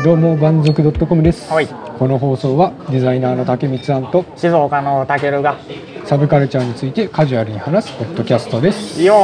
どうも蛮族 .com です、 はい、 この放送はデザイナーの竹光さんと静岡のたけるがサブカルチャーについてカジュアルに話すポッドキャストですよ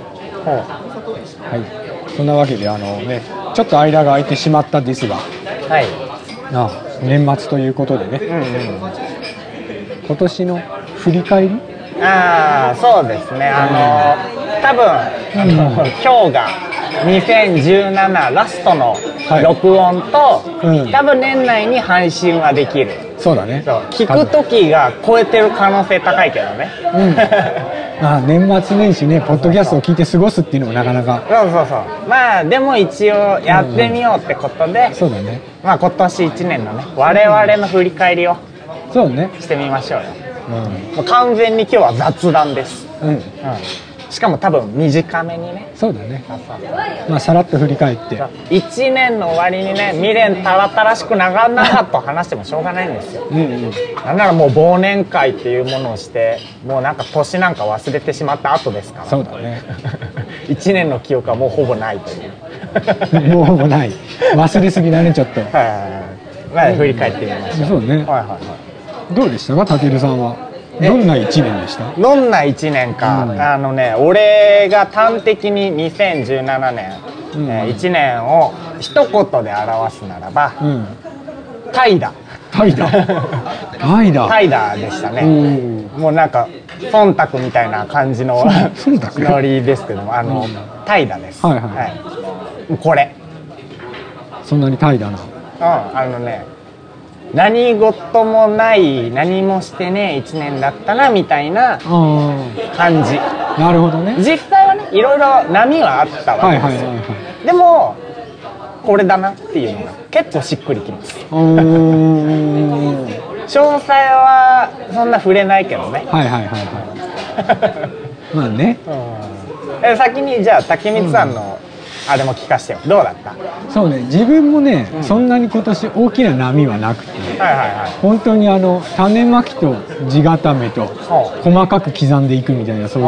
はい、そんなわけでちょっと間が空いてしまったですが、 はい、 年末ということでね、今年の振り返り、 そうですね、多分今日が2017ラストの録音と、多分年内に配信はできる。 そうだね。 聞く時が超えてる可能性高いけどね。 年末年始ね、ポッドキャストを聞いて過ごすっていうのもなかなか。 そう。まあでも一応やってみようってことで、 そうだね。 まあ今年1年のね、我々の振り返りをそうねしてみましょうよ。もう完全に今日は雑談です。しかも多分短めにね。 そうだね。まあさらっと振り返って 1年の終わりにね、未練たらたらしく長々と話してもしょうがないんですよ。なんならもう忘年会っていうものをして、もうなんか年なんか忘れてしまった後ですから。 そうだね。 1年の記憶はもうほぼないというもうほぼない。忘れすぎだねちょっと。 まあ振り返ってみましょう。 そうね。どうでしたか、たけるさんは。どんな1年でした？ どんな1年か、俺が端的に2017年、1年を一言で表すならば、怠惰でしたね。もうなんか忖度みたいな感じのノリですけども、怠惰です。これそんなに怠惰な。 何事もない何もしてねえ1年だったなみたいな感じ。 なるほどね。 実際はね、いろいろ波はあったわけですよ。でもこれだなっていうのが結構しっくりきます。詳細はそんな触れないけどね。 まあね。 先にじゃあ竹光さんのあれも聞かせてよ。どうだった？ そうね、自分もね、そんなに今年大きな波はなくて、本当に種まきと地固めと細かく刻んでいくみたいな、そういう。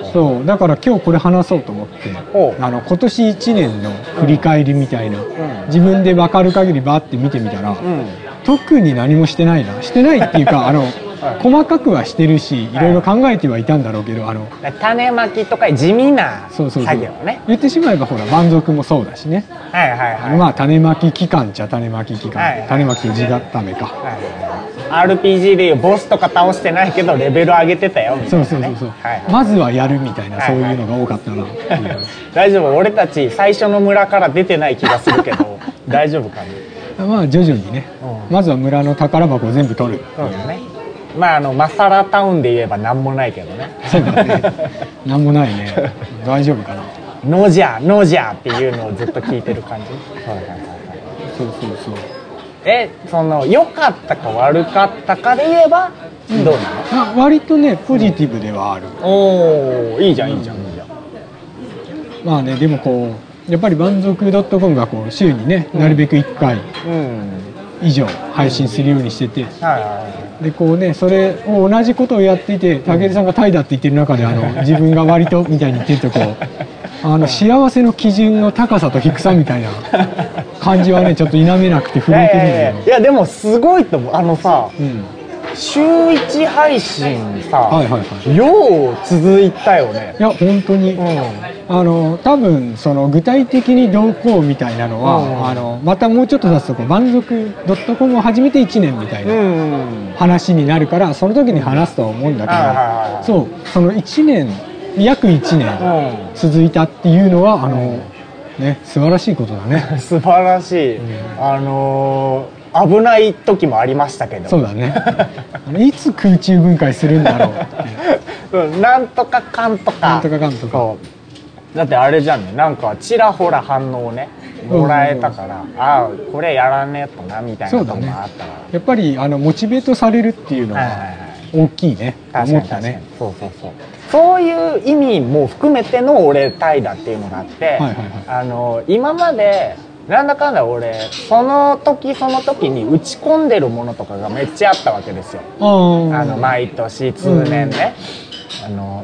そうだから今日これ話そうと思って、今年1年の振り返りみたいな、自分で分かる限りバーって見てみたら、特に何もしてないっていうか細かくはしてるし、いろいろ考えてはいたんだろうけど、 種まきとか地味な作業ね。 言ってしまえばほら蛮族もそうだしね。まあ種まき期間種まき期間、種まきと地固めか。 RPG でいうボスとか倒してないけどレベル上げてたよみたいなね。 まずはやるみたいな、そういうのが多かったな。 大丈夫？俺たち最初の村から出てない気がするけど大丈夫かな。 まあ徐々にね、まずは村の宝箱を全部取る。 そうだね。まあマサラタウンで言えば何もないけどね。 そうだね。何もないね。大丈夫かな。 ノジャーっていうのをずっと聞いてる感じ。そう。良かったか悪かったかで言えばどうなの？ 割とねポジティブではある。 いいじゃん。 まあね、でもやっぱり蛮族 .com が週にね、なるべく1回以上配信するようにしてて、でそれを同じことをやっていて、武井さんが怠惰って言ってる中で自分が割とみたいに言ってると幸せの基準の高さと低さみたいな感じはねちょっと否めなくて震えてるんだけど。 いやでもすごいと思う。週1配信さ、よう続いたよね。 いや本当に、多分具体的にどうこうみたいなのは、またもうちょっと経つと蛮族 .com を始めて1年みたいな話になるから、その時に話すとは思うんだけど、その1年約1年続いたっていうのは素晴らしいことだね。 素晴らしい。危ない時もありましたけど。 そうだね。いつ空中分解するんだろうって。 なんとかかんとか。だってあれじゃんね、なんかちらほら反応をねもらえたから、これやらねえとなみたいなこともあったから、 やっぱりモチベートされるっていうのは大きいね。思ったね。 そういう意味も含めての俺怠惰っていうのがあって、今までなんだかんだ俺その時に打ち込んでるものとかがめっちゃあったわけですよ。毎年通年ね、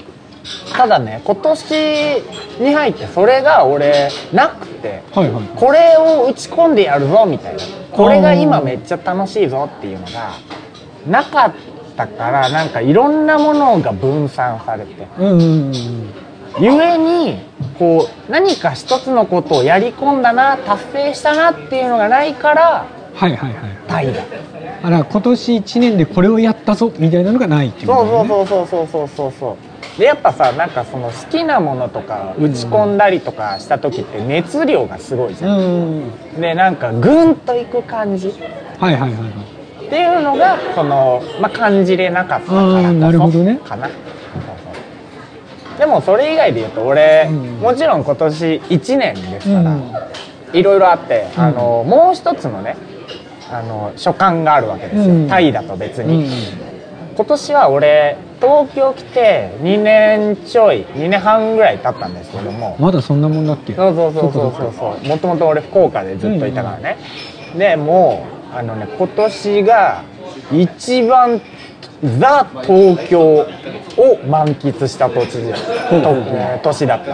ただね今年に入ってそれが俺なくて、 はいはい、 これを打ち込んでやるぞみたいな、これが今めっちゃ楽しいぞっていうのがなかったから、なんかいろんなものが分散されて、ゆえにこう何か一つのことをやり込んだな、達成したなっていうのがないから、 はいはいはい、 怠惰。 今年1年でこれをやったぞみたいなのがないっていうことね。 そうでやっぱさ、なんかその好きなものとか打ち込んだりとかした時って熱量がすごいじゃん。でなんかグンといく感じ、 はいはいはいはい、 っていうのがその、感じれなかったからこそなるほどねかな。でもそれ以外で言うと俺、もちろん今年1年ですから、いろいろあって、もう一つのね所感があるわけですよ、タイだと別に。今年は俺東京来て2年ちょい2年半ぐらい経ったんですけども。 まだそんなもんだっけ。 そうもともと俺福岡でずっといたからね、でもう今年が一番ザ東京を満喫した年だった。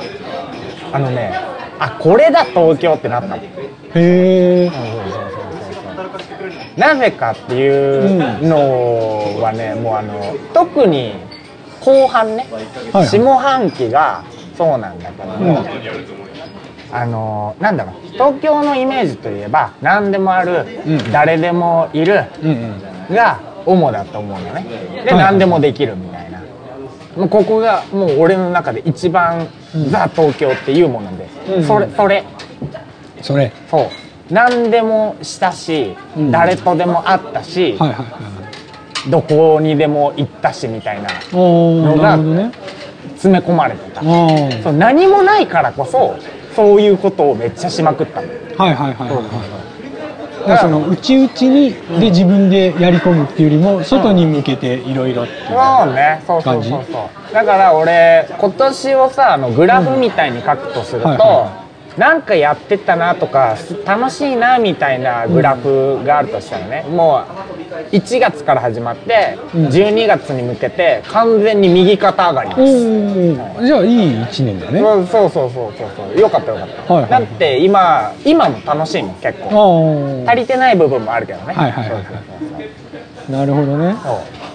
これだ東京ってなったの。へえ。なぜかっていうのはね、もう特に後半ね、下半期がそうなんだけども、なんだろう、東京のイメージといえば何でもある、誰でもいるが主だと思うのね。で何でもできるみたいな、もうここがもう俺の中で一番ザ東京っていうもので、それそう何でもしたし、誰とでも会ったし、どこにでも行ったしみたいなのが詰め込まれてた。そう何もないからこそそういうことをめっちゃしまくったの。 だからその内々にで自分でやり込むっていうよりも外に向けていろいろっていう感じ。 だから俺今年をさグラフみたいに書くとすると、なんかやってたなとか楽しいなみたいなグラフがあるとしたらね、もう1月から始まって12月に向けて完全に右肩上がりです。 じゃあいい1年だね。 そうよかっただって今も楽しいもん結構。足りてない部分もあるけどね。 なるほどね。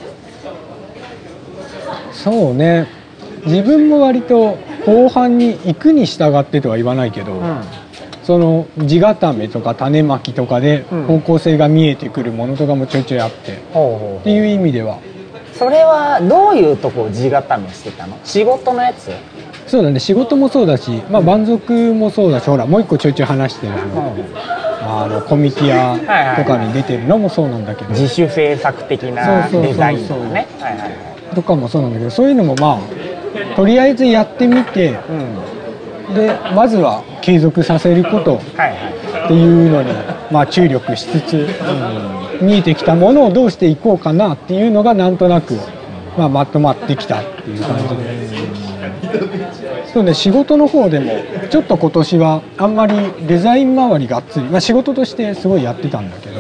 そうね、自分も割と後半に行くに従ってとは言わないけど、その地固めとか種まきとかで方向性が見えてくるものとかもちょいちょいあって、っていう意味では。 それはどういうとこを地固めしてたの？仕事のやつ？ そうだね、仕事もそうだし、蛮族もそうだし、ほらもう一個ちょいちょい話してるコミティアとかに出てるのもそうなんだけど、 自主制作的なデザインとかねとかもそうなんだけど、そういうのもとりあえずやってみて、でまずは継続させることっていうのに注力しつつ、見えてきたものをどうしていこうかなっていうのがなんとなくまとまってきたっていう感じで。そうね、仕事の方でもちょっと今年はあんまりデザイン周りがっつり、仕事としてすごいやってたんだけど、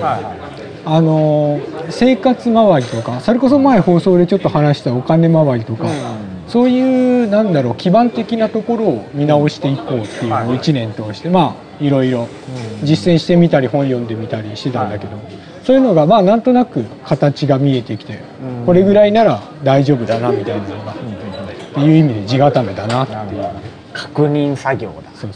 生活周りとか、それこそ前放送でちょっと話したお金周りとか、そういう基盤的なところを見直していこうっていうのを1年通していろいろ実践してみたり本読んでみたりしてたんだけど、そういうのがなんとなく形が見えてきて、これぐらいなら大丈夫だなみたいなのがっていう意味で地固めだなっていう確認作業だ。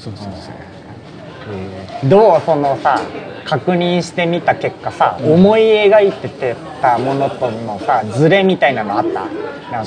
どうそのさ確認してみた結果さ、思い描いてたものとのさズレみたいなのあった？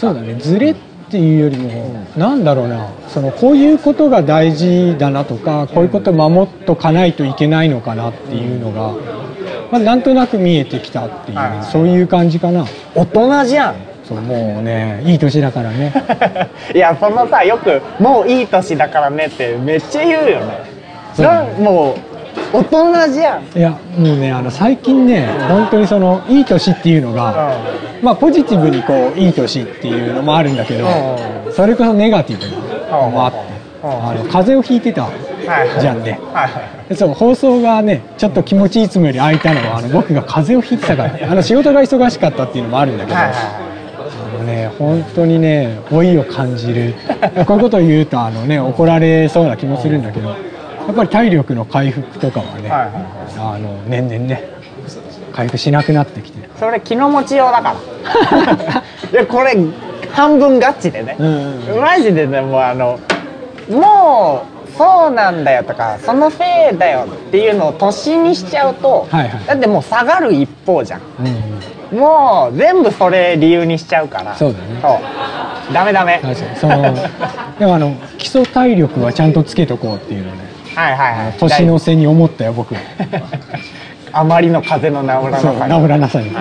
そうだね、ズレっていうよりも、なんだろうな、こういうことが大事だなとか、こういうことを守っとかないといけないのかなっていうのが、なんとなく見えてきたっていう、そういう感じかな。 大人じゃん。 もうね、いい年だからね。 いや、そのさ、よくもういい年だからねってめっちゃ言うよね。もう大人じゃん。 いやもうね、最近ね、本当にいい年っていうのが、ポジティブにいい年っていうのもあるんだけど、それこそネガティブなのもあって、風邪をひいてたじゃんね。そう、放送がねちょっと気持ちいつもより空いたのは僕が風邪をひいてたから、仕事が忙しかったっていうのもあるんだけど、 ね、本当にね老いを感じるこういうことを言うと怒られそうな気もするんだけど、やっぱり体力の回復とかはね、年々ね回復しなくなってきてる。 それ気の持ちようだからいやこれ半分ガチでね、マジでねもうそうなんだよとかそのせいだよっていうのを年にしちゃうと、だってもう下がる一方じゃん、もう全部それ理由にしちゃうから。 そうだね。 そうダメでも基礎体力はちゃんとつけとこうっていうのね、年の瀬に思ったよ僕はあまりの風の治らなさに、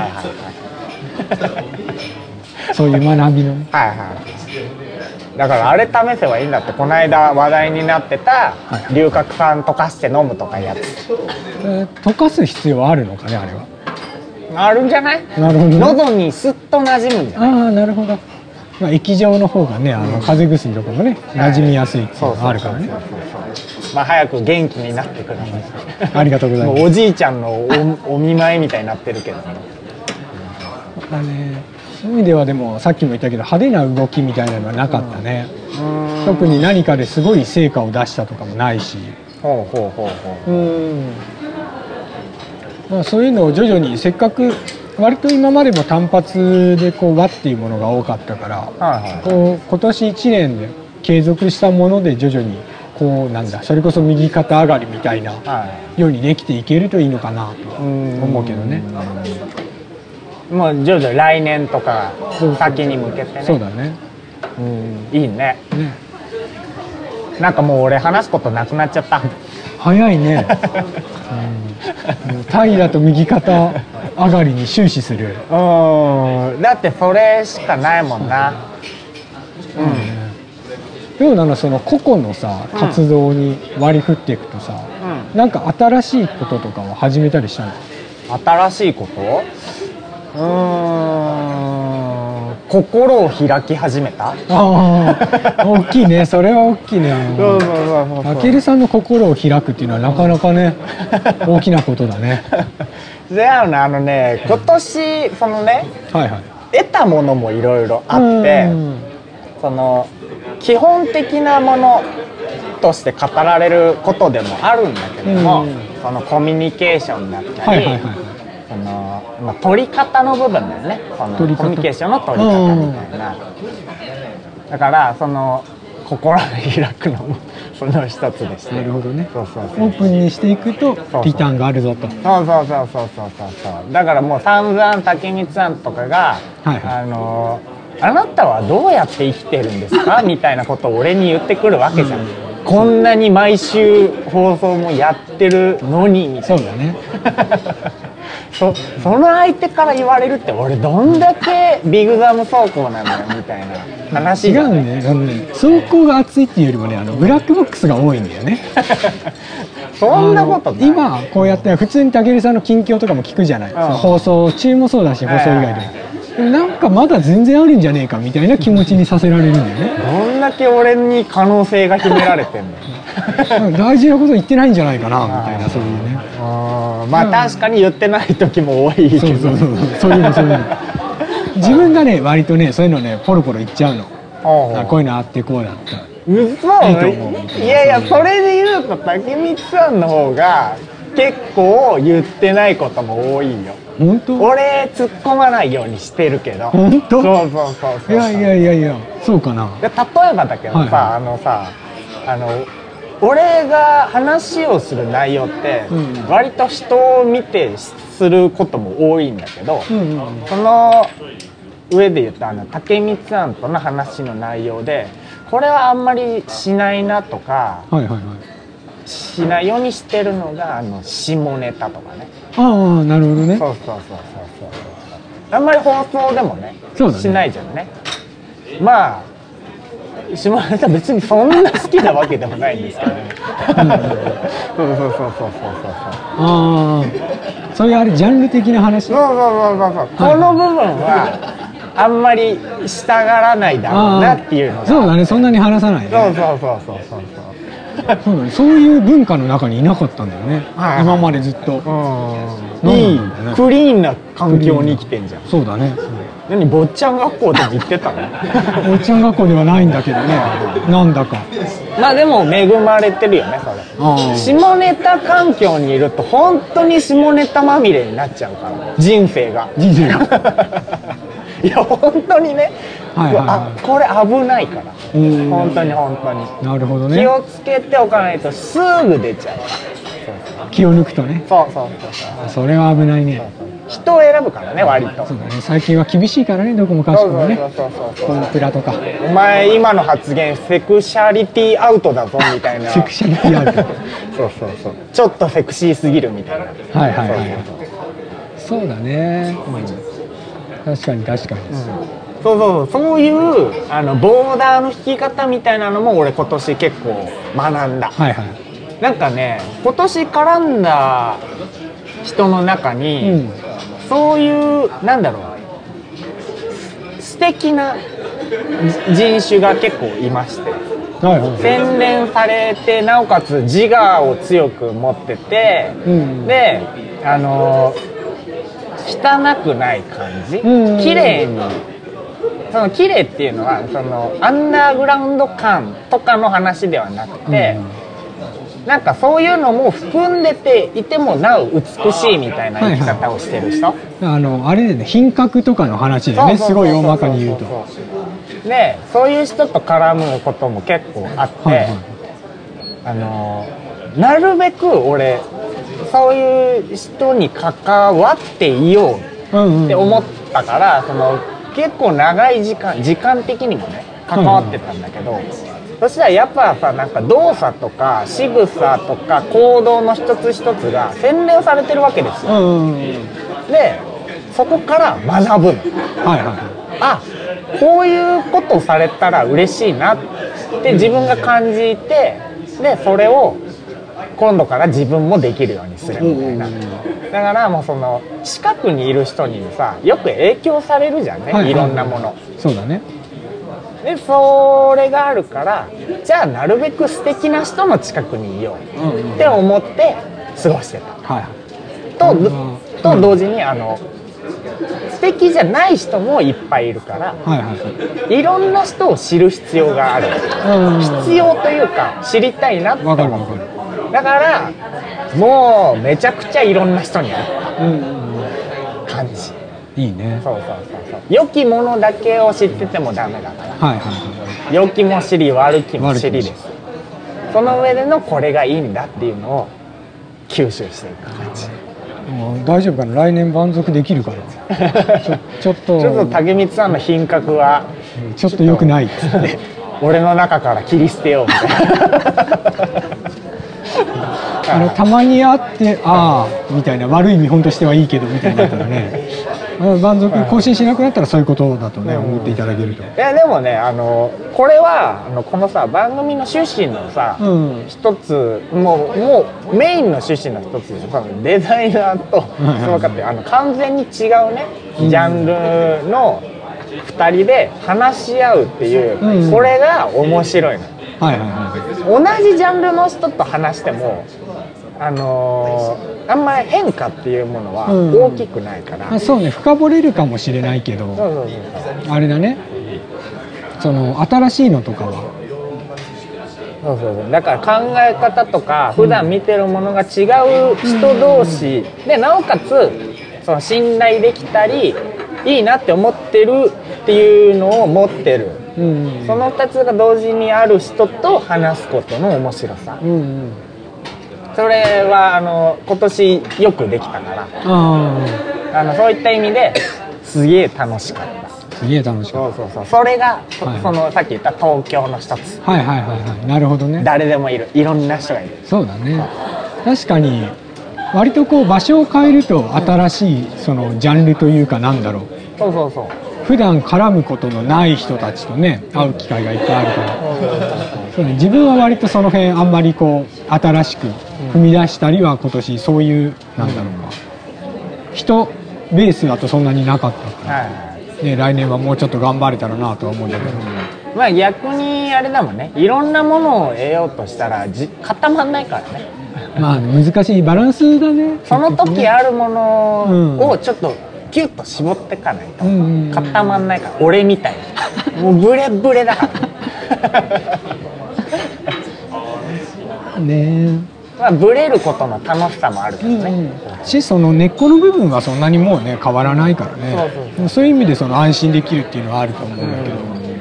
そういう学びのね、 だからあれ試せばいいんだって。この間話題になってた龍角散溶かして飲むとかやつ、 溶かす必要はあるのかねあれは。 あるんじゃない？ なるほど、ね、 喉にスッと馴染むんじゃない？ ああなるほど。液状の方がね風邪薬とかもね馴染みやすいっていうのがあるからね。 早く元気になってくださいありがとうございます。 もうおじいちゃんの お見舞いみたいになってるけどね。 そういう意味ではでもさっきも言ったけど派手な動きみたいなのはなかったね、特に何かですごい成果を出したとかもないし、そういうのを徐々にせっかく割と今までも単発で和っていうものが多かったから、今年1年で継続したもので徐々にそれこそ右肩上がりみたいなようにできていけるといいのかなと思うけどね。 もう徐々に来年とか先に向けてね。 そうだね。 いいね。なんかもう俺話すことなくなっちゃった。 早いね。平らと右肩上がりに終始する。 だってそれしかないもんな。 どうなのその個々のさ活動に割り振っていくとさ、なんか新しいこととかを始めたりしたの？ 新しいこと？心を開き始めた。 大きいね。それは大きいね。あけるさんの心を開くっていうのはなかなかね大きなことだね。 で今年そのね、得たものもいろいろあって、その基本的なものとして語られることでもあるんだけども、そのコミュニケーションだったり、その取り方の部分だよね。そのコミュニケーションの取り方みたいな。だからその心が開くのもその一つでして。 なるほどね。オープンにしていくとリターンがあるぞと。そうだからもう散々竹光さんとかがあなたはどうやって生きてるんですかみたいなことを俺に言ってくるわけじゃん。こんなに毎週放送もやってるのにみたいな。 そうだね。 その相手から言われるって俺どんだけビッグザム走行なんだよみたいな話じゃん。 違うんね。走行が熱いっていうよりもねブラックボックスが多いんだよね。 そんなことない。 今こうやって普通に武井さんの近況とかも聞くじゃない。放送中もそうだし放送以外でも。なんかまだ全然あるんじゃねえかみたいな気持ちにさせられるんだよね。 どんだけ俺に可能性が秘められてんの大事なこと言ってないんじゃないかなみたいなそういうね。 確かに言ってない時も多いけど。そういうの自分がね割とねそういうのねポロポロ言っちゃうの。こういうのあってこうだった。 嘘？いやそれで言うと竹光さんの方が結構言ってないことも多いよ。 本当？ 俺突っ込まないようにしてるけど。 本当？ そう。 いやそうかな。 例えばだけどさ、俺が話をする内容って割と人を見てすることも多いんだけど、その上で言うと竹光さんとの話の内容でこれはあんまりしないなとか、しないようにしてるのが下ネタとかね。 なるほどね。 そうあんまり放送でもねしないじゃんね。下ネタ別にそんな好きなわけでもないんですけどね。 そういうジャンル的な話。 この部分はあんまりしたがらないだろうなっていうのが。 そうだね。そんなに話さないね。 そうそうだね、そういう文化の中にいなかったんだよね、はいはい、今までずっと、 いいクリーンな環境に生きてんじゃん。 そうだね。 何坊ちゃん学校って言ってたの？ 坊ちゃん学校ではないんだけどね、なんだかまあでも恵まれてるよねそれ。下ネタ環境にいると本当に下ネタまみれになっちゃうから、人生がいや本当にね、はいはいはい、あこれ危ないから、本当に本当に。 なるほどね。 気をつけておかないとすぐ出ちゃうから。 気を抜くとね。 そう。 それは危ないね。 人を選ぶからね割と。 そうだね。最近は厳しいからね、どこもかしこもね。コンプラとか。 お前今の発言セクシャリティアウトだぞみたいな。 セクシャリティアウト。 そう。ちょっとセクシーすぎるみたいな。 はい。そうだね。確かに。そういうボーダーの引き方みたいなのも俺今年結構学んだ。はい。なんかね、今年絡んだ人の中に、そういうなんだろう、素敵な人種が結構いまして、洗練されてなおかつ自我を強く持ってて、で汚くない感じ、綺麗に。その綺麗っていうのはそのアンダーグラウンド感とかの話ではなくて、なんかそういうのも含んでていてもなお美しいみたいな生き方をしてる人、 あれでね、品格とかの話でね、すごい大まかに言うと。 でそういう人と絡むことも結構あって、なるべく俺そういう人に関わっていようって思ったから、その結構長い時間的にもね関わってたんだけど、そしたらやっぱさ、なんか動作とか仕草とか行動の一つ一つが洗練されてるわけですよ。でそこから学ぶの。あ、こういうことされたら嬉しいなって自分が感じて、でそれを今度から自分もできるようにするみたいな。だからもうその近くにいる人にさよく影響されるじゃんね、いろんなもの。 そうだね。 でそれがあるから、じゃあなるべく素敵な人の近くにいようって思って過ごしてた。と同時に素敵じゃない人もいっぱいいるから、いろんな人を知る必要がある。必要というか知りたいなって思う。だからもうめちゃくちゃいろんな人に会った感じ。 いいね。 そう良きものだけを知っててもダメだから、良きも知り悪きも知りです。その上でのこれがいいんだっていうのを吸収していく感じ。 大丈夫かな、来年満足できるかな。ちょっと竹光さんの品格はちょっと良くないっつって俺の中から切り捨てようみたいな。 たまにあってみたいな、悪い見本としてはいいけどみたいになったらね満足更新しなくなったらそういうことだとね、思っていただけると。いやでもね、これはこのさ番組の趣旨のさ、一つもうメインの趣旨の一つでしょ。デザイナーとそうかって完全に違うねジャンルの2人で話し合うっていう、これが面白いの。同じジャンルの人と話してもあんまり変化っていうものは大きくないから、 そうね、深掘れるかもしれないけど、あれだね、その新しいのとかはだから考え方とか普段見てるものが違う人同士で、なおかつその信頼できたりいいなって思ってるっていうのを持ってる、その2つが同時にある人と話すことの面白さ、それは今年よくできたから、そういった意味ですげえ楽しかった。 すげえ楽しかった。 それがそのさっき言った東京の一つ。 なるほどね。 誰でもいる、いろんな人がいる。 そうだね。確かに割とこう場所を変えると新しいそのジャンルというか、なんだろう、普段絡むことのない人たちとね会う機会がいっぱいあるから、そうね、自分は割とその辺あんまりこう新しく踏み出したりは今年そういうなんだろうか、人ベースだとそんなになかったから、来年はもうちょっと頑張れたらなとは思うんだけど、 まあ逆にあれだもんね、いろんなものを得ようとしたら固まんないからね。 まあ難しいバランスだね。 その時あるものをちょっとキュッと絞っていかないと固まんないから、俺みたいにもうブレブレだからねまあブレることの楽しさもあるけどね、 その根っこの部分はそんなにもうね変わらないからね。そういう意味でその安心できるっていうのはあると思うんだけど、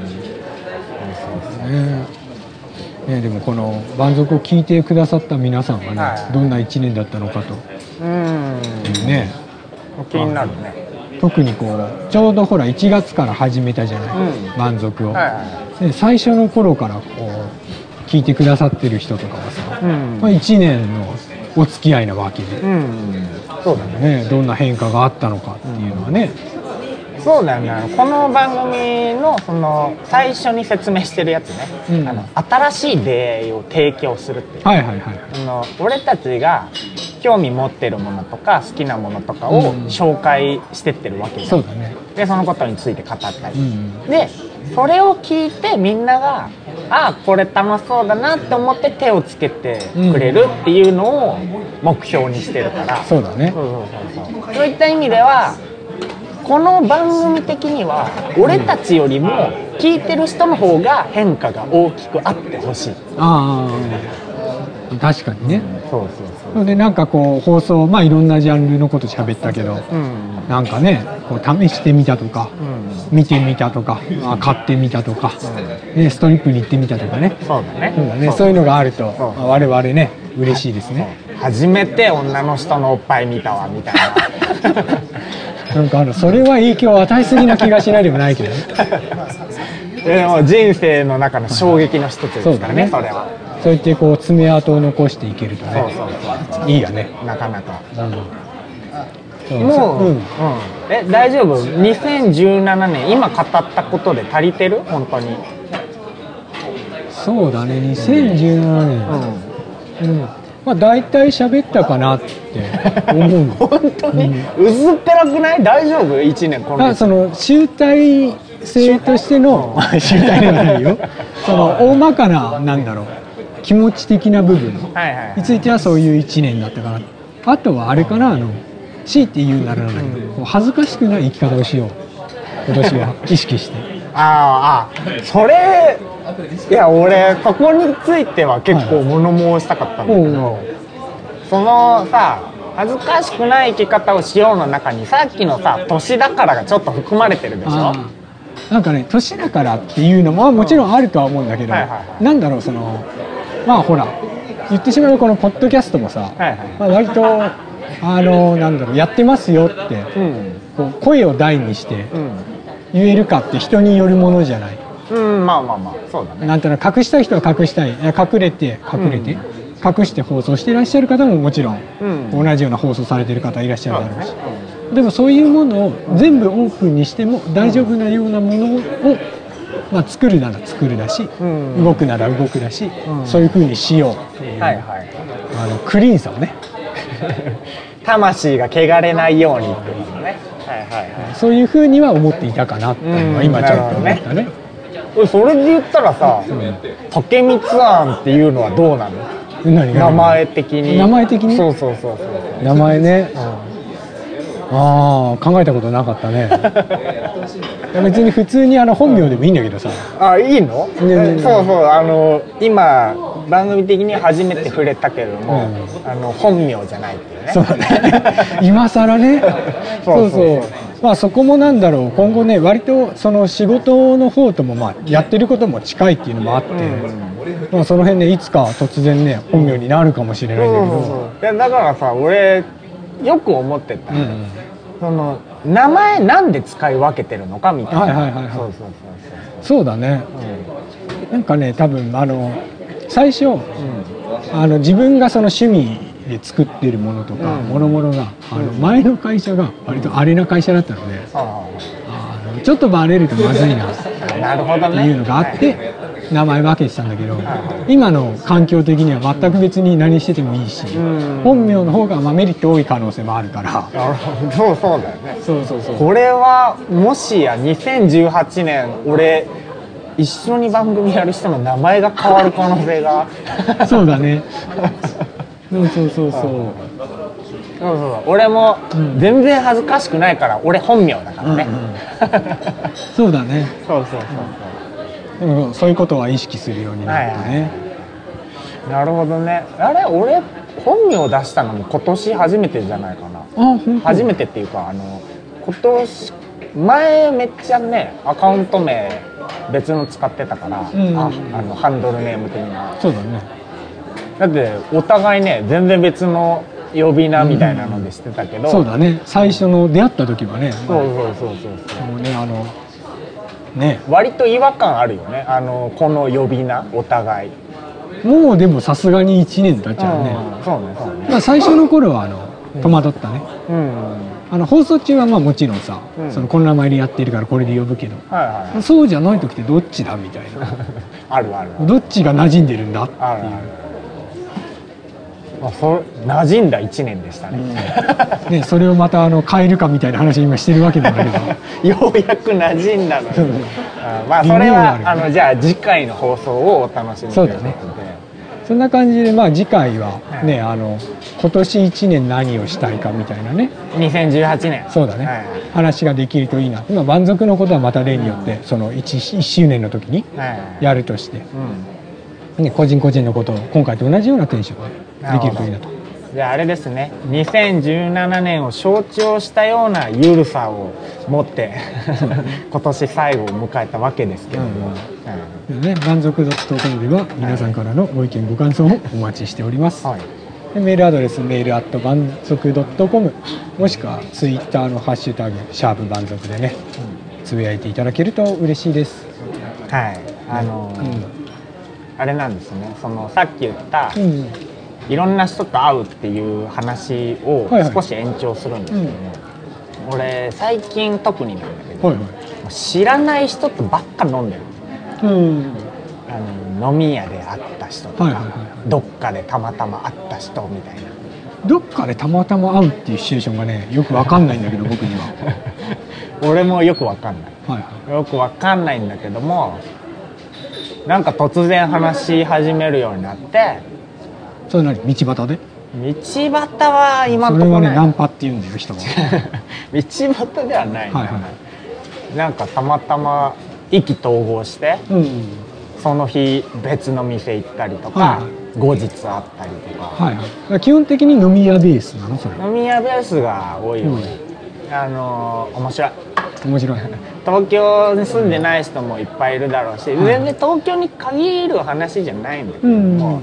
でもこの蛮族を聞いてくださった皆さんはね、どんな1年だったのかとね、 気になるね。 特にこうちょうどほら1月から始めたじゃない、蛮族を、で最初の頃からこう聞いてくださってる人とかはさ、まあ、1年のお付き合いなわけで、そうだね、どんな変化があったのかっていうのはね、 そうだよね。この番組のその最初に説明してるやつね、新しい出会いを提供するっていう、俺たちが興味持ってるものとか好きなものとかを紹介してってるわけじゃん。 そうだね。 でそのことについて語ったり、でそれを聞いてみんながこれ楽しそうだなって思って手をつけてくれるっていうのを目標にしてるから、 そうだね。 そういった意味ではこの番組的には俺たちよりも聞いてる人の方が変化が大きくあってほしい。 確かにね。そうでなんかこう放送、まあいろんなジャンルのこと喋ったけど、なんかねこう試してみたとか、見てみたとか、買ってみたとか、ストリップに行ってみたとかね、そういうのがあると我々ね嬉しいですね。 初めて女の人のおっぱい見たわみたいななんかそれは影響を与えすぎな気がしないでもないけどねでも人生の中の衝撃の一つですからね、それは。 そうやってこう爪痕を残していけるとね、いいよね、 なかなか。もう、大丈夫？2017年今語ったことで足りてる？本当に。 そうだね、2017年。まあ大体喋ったかなって思う。 本当に、薄っぺらくない？大丈夫？1年この。 その集大成としての集大ではないよ。その大まかななんだろう。気持ち的な部分についてはそういう1年だったかな。あとはあれかな、強いて言うならないけど、恥ずかしくない生き方をしよう今年は意識して。 それいや俺そこについては結構物申したかったんだけど、そのさ恥ずかしくない生き方をしようの中にさっきのさ年だからがちょっと含まれてるでしょ。 なんかね年だからっていうのももちろんあるとは思うんだけど、なんだろうそのまあほら言ってしまうこのポッドキャストもさ、割となんだろうやってますよって、こう声を大にして言えるかって人によるものじゃない。 まあそうだね。 なんていうの隠したい人は隠したい、隠れて隠して放送していらっしゃる方ももちろん、同じような放送されている方いらっしゃるだろうし、でもそういうものを全部オープンにしても大丈夫なようなものをまあ、作るなら作るだし、動くなら動くだし、そういう風にしようっていう、クリーンさをね魂が汚れないようにっていうのね、 そういう風には思っていたかなっていうのは今ちょっと思ったね。 それで言ったらさ、竹光庵っていうのはどうなの？名前的に。そう名前ね、考えたことなかったね別に普通に本名でもいいんだけどさ。 いいの？そう今番組的に初めて触れたけども、本名じゃないっていうね。 そうだね今更ねそうまあそこもなんだろう、今後ね割とその仕事の方ともまあやってることも近いっていうのもあって、まあその辺ねいつか突然ね本名になるかもしれないんだけど、 だからさ俺よく思ってた、その名前なんで使い分けてるのかみたいな。そうだね、なんかね多分最初、自分がその趣味で作っているものとか、もろもろが前の会社が割とあれな会社だったので、ちょっとバレるとまずいなっていうのがあって名前分けてたんだけど、今の環境的には全く別に何しててもいいし、本名の方がメリット多い可能性もあるから。そうだよね。これはもしや2018年俺一緒に番組やる人の名前が変わる可能性がそうだね。そう俺も全然恥ずかしくないから、俺本名だからね。 そうだね。 そうでもそういうことは意識するようになってね。 なるほどね。あれ、俺本名出したのも今年初めてじゃないかな。初めてっていうか、今年前めっちゃねアカウント名別の使ってたから、ハンドルネーム的な。 そうだね。 だってお互いね全然別の呼び名みたいなのでしてたけど、 そうだね。最初の出会った時はね、 そうもうね割と違和感あるよね、この呼び名お互い。 もうでもさすがに1年経っちゃうね。 そうね。 まあ最初の頃は戸惑ったね。放送中はまあもちろんさ、この名前でやってるからこれで呼ぶけど、そうじゃない時ってどっちだみたいなあるどっちが馴染んでるんだっていう。 馴染んだ1年でしたね。 ね、それをまた変えるかみたいな話を今してるわけなんだけどようやく馴染んだのにまあそれはじゃあ次回の放送をお楽しみにということで、 そんな感じで、まあ次回はね、今年1年何をしたいかみたいなね、 2018年そうだね、話ができるといいな。今蛮族のことはまた例によってその 1周年の時にやるとして、個人個人のことを今回と同じようなテンションでできるといいなと。 じゃああれですね、2017年を象徴したようなゆるさを持って今年最後を迎えたわけですけども、 蛮族.com では皆さんからのご意見ご感想をお待ちしております。でメールアドレスmail@蛮族.com、もしくはツイッターのハッシュタグ#蛮族でね、つぶやいていただけると嬉しいです。 はい、あれなんですね、そのさっき言った、いろんな人と会うっていう話を少し延長するんですけども、俺最近特になんだけど、知らない人とばっか飲んでる。飲み屋で会った人とか、どっかでたまたま会った人みたいな。 どっかでたまたま会うっていうシチュエーションがねよくわかんないんだけど僕には俺もよくわかんない、よくわかんないんだけども、なんか突然話し始めるようになって。 それ何、道端で？ 道端は今のところない。 それはね、ナンパって言うんだよ人は道端ではない、なんかたまたま意気投合して、その日別の店行ったりとか、後日会ったりとか、 基本的に飲み屋ベースなの？それ飲み屋ベースが多いよね。面白い東京に住んでない人もいっぱいいるだろうし、全然東京に限る話じゃないんだけども、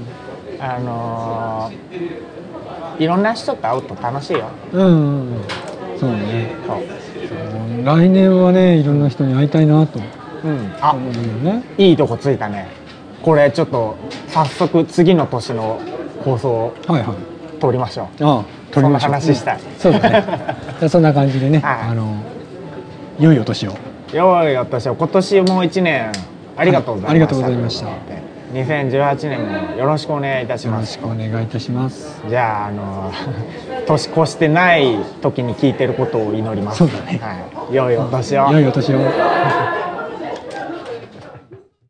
いろんな人と会うと楽しいよ。 そうね。来年はね、いろんな人に会いたいなと思うよね。 いいとこついたね。これちょっと早速次の年の放送を撮りましょう。そんな話したい。 そうだね。じゃあそんな感じでね、良いお年を。 良いお年を。今年も1年ありがとうございました。 ありがとうございました。 2018年もよろしくお願いいたします。 よろしくお願いいたします。 じゃあ年越してない時に聞いてることを祈ります。 そうだね。 良いお年を。 良いお年を。